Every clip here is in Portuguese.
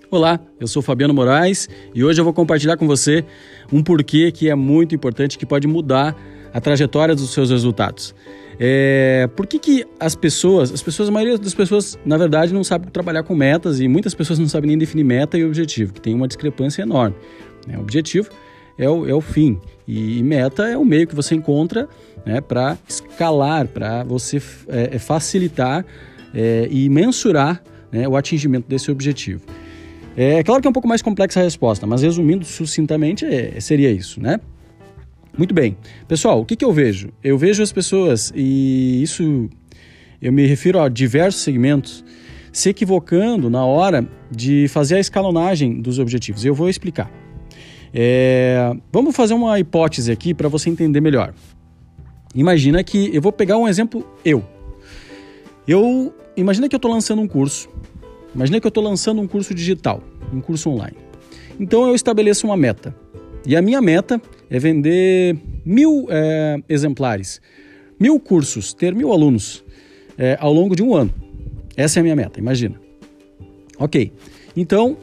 Olá, eu sou Fabiano Moraes e hoje eu vou compartilhar com você um porquê que é muito importante, que pode mudar a trajetória dos seus resultados. Por que a maioria das pessoas, na verdade, não sabe trabalhar com metas e muitas pessoas não sabem nem definir meta e objetivo, que tem uma discrepância enorme. O objetivo é o fim e meta é o meio que você encontra, para escalar, para você facilitar e mensurar, o atingimento desse objetivo. É claro que é um pouco mais complexa a resposta, mas resumindo sucintamente seria isso, Muito bem. Pessoal, o que eu vejo? Eu vejo as pessoas, e isso eu me refiro a diversos segmentos, se equivocando na hora de fazer a escalonagem dos objetivos. Eu vou explicar. Vamos fazer uma hipótese aqui para você entender melhor. Imagina que, eu vou pegar um exemplo, imagina que eu estou lançando um curso. Imagina que eu estou lançando um curso digital, um curso online. Então eu estabeleço uma meta. E a minha meta é vender 1.000 exemplares, 1.000 cursos, ter 1.000 alunos ao longo de um ano. Essa é a minha meta, imagina. Ok, então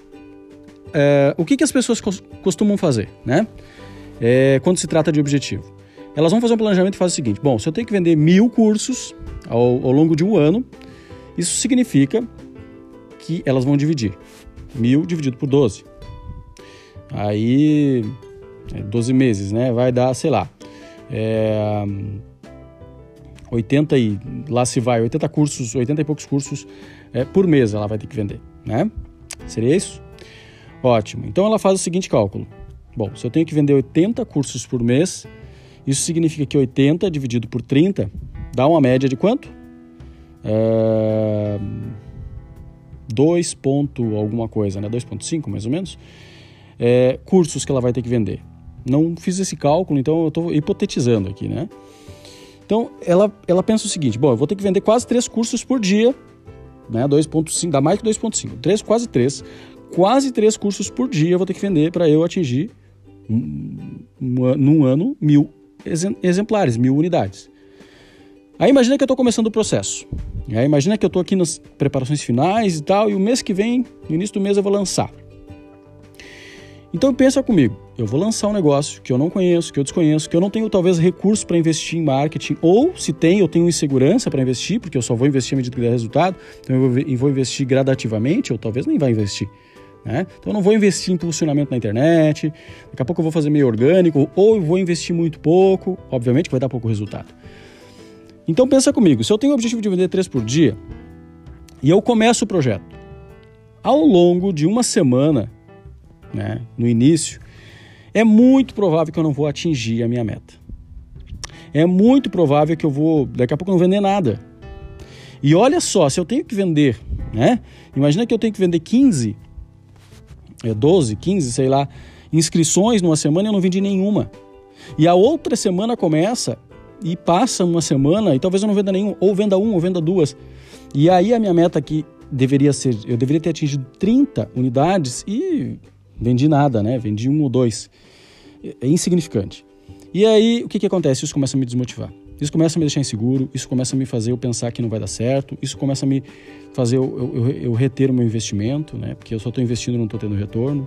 o que as pessoas costumam fazer, quando se trata de objetivo? Elas vão fazer um planejamento e fazem o seguinte: bom, se eu tenho que vender 1.000 cursos ao longo de um ano, isso significa que elas vão dividir 1.000 dividido por 12. Aí 12 meses, vai dar, sei lá, 80 e lá se vai, 80 cursos, 80 e poucos cursos por mês ela vai ter que vender, Seria isso? Ótimo. Então ela faz o seguinte cálculo: bom, se eu tenho que vender 80 cursos por mês, isso significa que 80 dividido por 30 dá uma média de quanto? 2 ponto alguma coisa, 2,5 mais ou menos, cursos que ela vai ter que vender. Não fiz esse cálculo, então eu estou hipotetizando aqui, Então ela pensa o seguinte: bom, eu vou ter que vender quase 3 cursos por dia, 2,5, dá mais que 2,5, quase 3 cursos por dia eu vou ter que vender para eu atingir num ano 1.000 exemplares, 1.000 unidades. Aí imagina que eu estou começando o processo. Aí imagina que eu estou aqui nas preparações finais e tal, e o mês que vem, no início do mês, eu vou lançar. Então pensa comigo, eu vou lançar um negócio que eu não conheço, que eu desconheço, que eu não tenho talvez recurso para investir em marketing, ou se tem, eu tenho insegurança para investir, porque eu só vou investir à medida que der resultado, então eu vou investir gradativamente, ou talvez nem vá investir. Então eu não vou investir em impulsionamento na internet, daqui a pouco eu vou fazer meio orgânico, ou eu vou investir muito pouco, obviamente que vai dar pouco resultado. Então pensa comigo, se eu tenho o objetivo de vender 3 por dia, e eu começo o projeto, ao longo de uma semana, no início, é muito provável que eu não vou atingir a minha meta. É muito provável que eu vou, daqui a pouco, não vender nada. E olha só, se eu tenho que vender, imagina que eu tenho que vender 12, 15, sei lá, inscrições numa semana e eu não vendi nenhuma. E a outra semana começa e passa uma semana e talvez eu não venda nenhum, ou venda ou venda 2. E aí a minha meta aqui deveria ser, eu deveria ter atingido 30 unidades e vendi nada, vendi 1 ou 2. É insignificante. E aí o que acontece? Isso começa a me desmotivar. Isso começa a me deixar inseguro, isso começa a me fazer eu pensar que não vai dar certo, isso começa a me fazer eu reter o meu investimento, porque eu só estou investindo e não estou tendo retorno.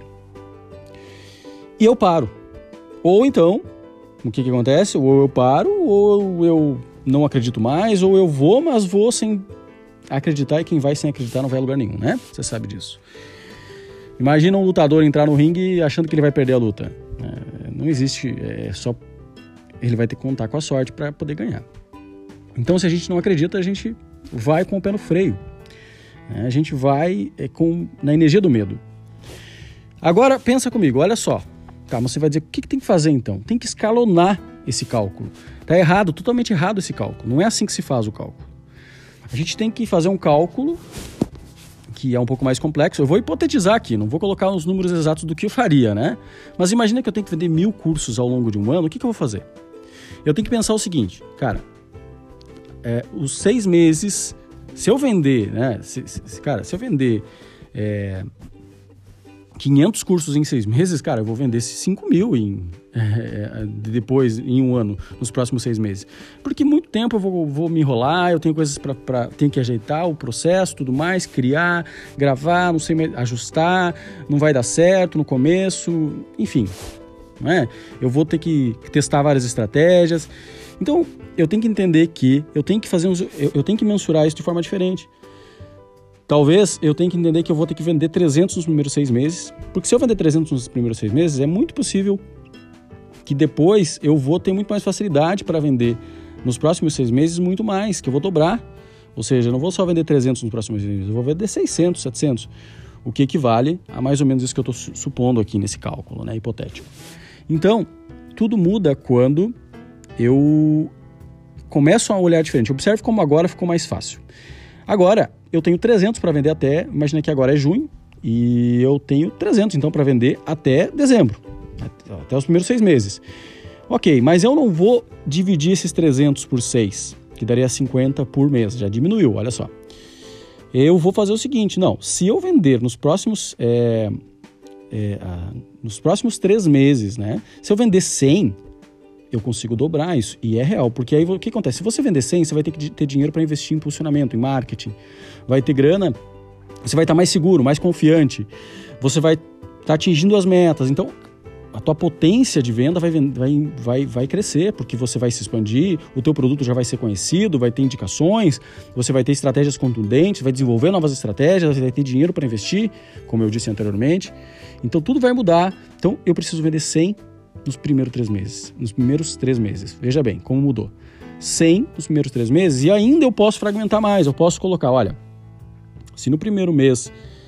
E eu paro. Ou então, o que acontece? Ou eu paro, ou eu não acredito mais, ou eu vou, mas vou sem acreditar, e quem vai sem acreditar não vai a lugar nenhum, Você sabe disso. Imagina um lutador entrar no ringue achando que ele vai perder a luta. Não existe, só ele vai ter que contar com a sorte para poder ganhar. Então, se a gente não acredita, a gente vai com o pé no freio. A gente vai na energia do medo. Agora, pensa comigo, olha só. Tá, mas você vai dizer, o que tem que fazer então? Tem que escalonar esse cálculo. Tá errado, totalmente errado esse cálculo. Não é assim que se faz o cálculo. A gente tem que fazer um cálculo que é um pouco mais complexo. Eu vou hipotetizar aqui, não vou colocar os números exatos do que eu faria, Mas imagina que eu tenho que vender 1.000 cursos ao longo de um ano, o que eu vou fazer? Eu tenho que pensar o seguinte, cara, os 6 meses, se eu vender, se eu vender 500 cursos em 6 meses, cara, eu vou vender 5.000 depois, em um ano, nos próximos 6 meses. Porque muito tempo eu vou me enrolar, eu tenho coisas tenho que ajeitar o processo, tudo mais, criar, gravar, não sei, ajustar, não vai dar certo no começo, enfim, não é? Eu vou ter que testar várias estratégias. Então, eu tenho que entender que eu tenho que mensurar isso de forma diferente. Talvez eu tenha que entender que eu vou ter que vender 300 nos primeiros 6 meses, porque se eu vender 300 nos primeiros 6 meses, é muito possível que depois eu vou ter muito mais facilidade para vender nos próximos 6 meses muito mais, que eu vou dobrar. Ou seja, eu não vou só vender 300 nos próximos 6 meses, eu vou vender 600, 700, o que equivale a mais ou menos isso que eu estou supondo aqui nesse cálculo, né, hipotético. Então, tudo muda quando eu começo a olhar diferente. Observe como agora ficou mais fácil. Agora, eu tenho 300 para vender imagina que agora é junho, e eu tenho 300 então para vender até dezembro, até os primeiros 6 meses. Ok, mas eu não vou dividir esses 300 por 6, que daria 50 por mês, já diminuiu, olha só. Eu vou fazer o seguinte, se eu vender nos próximos 3 meses, né? Se eu vender 100, eu consigo dobrar isso, e é real, porque aí o que acontece? Se você vender 100, você vai ter que ter dinheiro para investir em impulsionamento, em marketing, vai ter grana, você vai estar mais seguro, mais confiante, você vai estar atingindo as metas, então a tua potência de venda vai crescer, porque você vai se expandir, o teu produto já vai ser conhecido, vai ter indicações, você vai ter estratégias contundentes, vai desenvolver novas estratégias, vai ter dinheiro para investir, como eu disse anteriormente, então tudo vai mudar. Então eu preciso vender 100 nos primeiros 3 meses. Veja bem como mudou. 100 nos primeiros 3 meses, e ainda eu posso fragmentar mais, eu posso colocar, olha, se no primeiro mês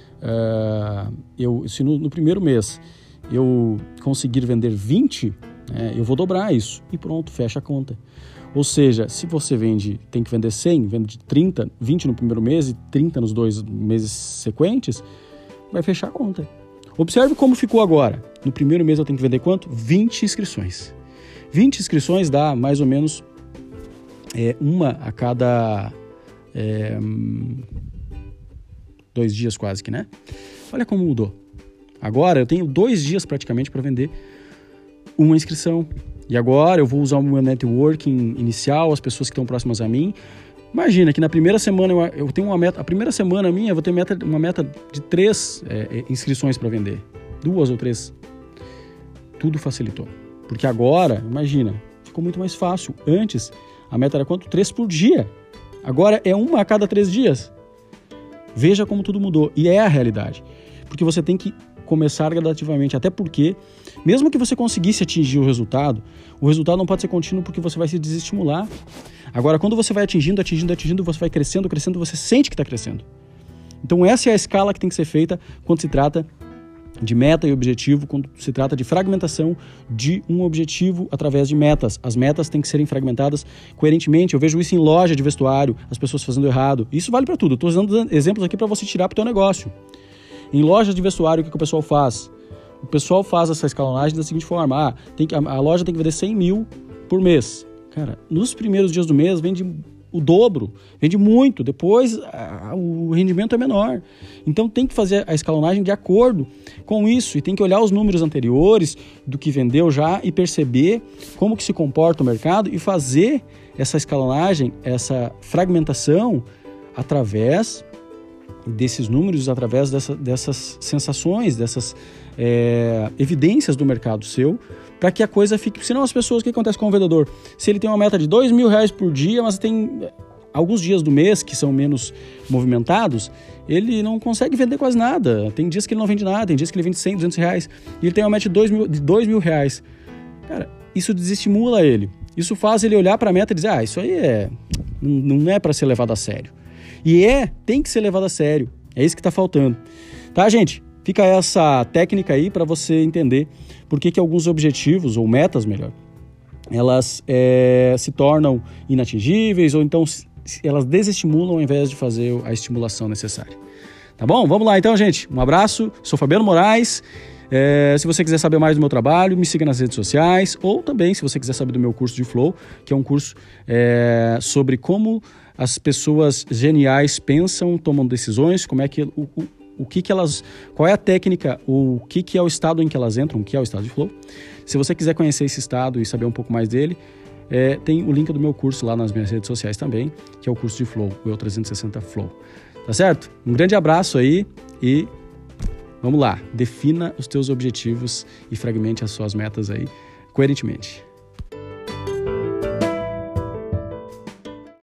no primeiro mês eu conseguir vender 20, eu vou dobrar isso e pronto, fecha a conta. Ou seja, se você tem que vender 100, vende 30, 20 no primeiro mês e 30 nos 2 meses sequentes, vai fechar a conta. Observe como ficou agora. No primeiro mês eu tenho que vender quanto? 20 inscrições. 20 inscrições dá mais ou menos uma a cada 2 dias quase que, né? Olha como mudou. Agora eu tenho 2 dias praticamente para vender uma inscrição. E agora eu vou usar o meu networking inicial, as pessoas que estão próximas a mim. Imagina que na primeira semana eu tenho uma meta, a primeira semana minha eu vou ter uma meta de 3 inscrições para vender, 2 ou 3. Tudo facilitou. Porque agora, imagina, ficou muito mais fácil. Antes, a meta era quanto? 3 por dia. Agora é uma a cada 3 dias. Veja como tudo mudou. E é a realidade. Porque você tem que começar gradativamente. Até porque, mesmo que você conseguisse atingir o resultado não pode ser contínuo, porque você vai se desestimular. Agora, quando você vai atingindo, você vai crescendo, você sente que está crescendo. Então essa é a escala que tem que ser feita quando se trata de meta e objetivo, quando se trata de fragmentação de um objetivo através de metas. As metas têm que serem fragmentadas coerentemente. Eu vejo isso em loja de vestuário, as pessoas fazendo errado. Isso vale para tudo. Estou usando exemplos aqui para você tirar para o teu negócio. Em lojas de vestuário, o que o pessoal faz? O pessoal faz essa escalonagem da seguinte forma: a loja tem que vender 100 mil por mês. Cara, nos primeiros dias do mês vende o dobro, vende muito, depois o rendimento é menor. Então tem que fazer a escalonagem de acordo com isso, e tem que olhar os números anteriores do que vendeu já e perceber como que se comporta o mercado e fazer essa escalonagem, essa fragmentação através desses números, através dessas sensações, dessas evidências do mercado seu, para que a coisa fique... Senão as pessoas, o que acontece com o vendedor? Se ele tem uma meta de R$2.000 por dia, mas tem alguns dias do mês que são menos movimentados, ele não consegue vender quase nada. Tem dias que ele não vende nada, tem dias que ele vende 100, R$200, e ele tem uma meta de R$2.000. Cara, isso desestimula ele. Isso faz ele olhar para a meta e dizer, isso aí não é para ser levado a sério. E tem que ser levado a sério. É isso que está faltando. Tá, gente? Fica essa técnica aí para você entender por que alguns objetivos, ou metas melhor, elas se tornam inatingíveis, ou então elas desestimulam ao invés de fazer a estimulação necessária. Tá bom? Vamos lá então, gente. Um abraço. Sou Fabiano Moraes. Se você quiser saber mais do meu trabalho, me siga nas redes sociais, ou também se você quiser saber do meu curso de Flow, que é um curso sobre como as pessoas geniais pensam, tomam decisões, como é que qual é a técnica, o que é o estado em que elas entram, que é o estado de Flow. Se você quiser conhecer esse estado e saber um pouco mais dele, tem o link do meu curso lá nas minhas redes sociais também, que é o curso de Flow, o Eu 360 Flow. Tá certo? Um grande abraço aí e vamos lá, defina os teus objetivos e fragmente as suas metas aí coerentemente.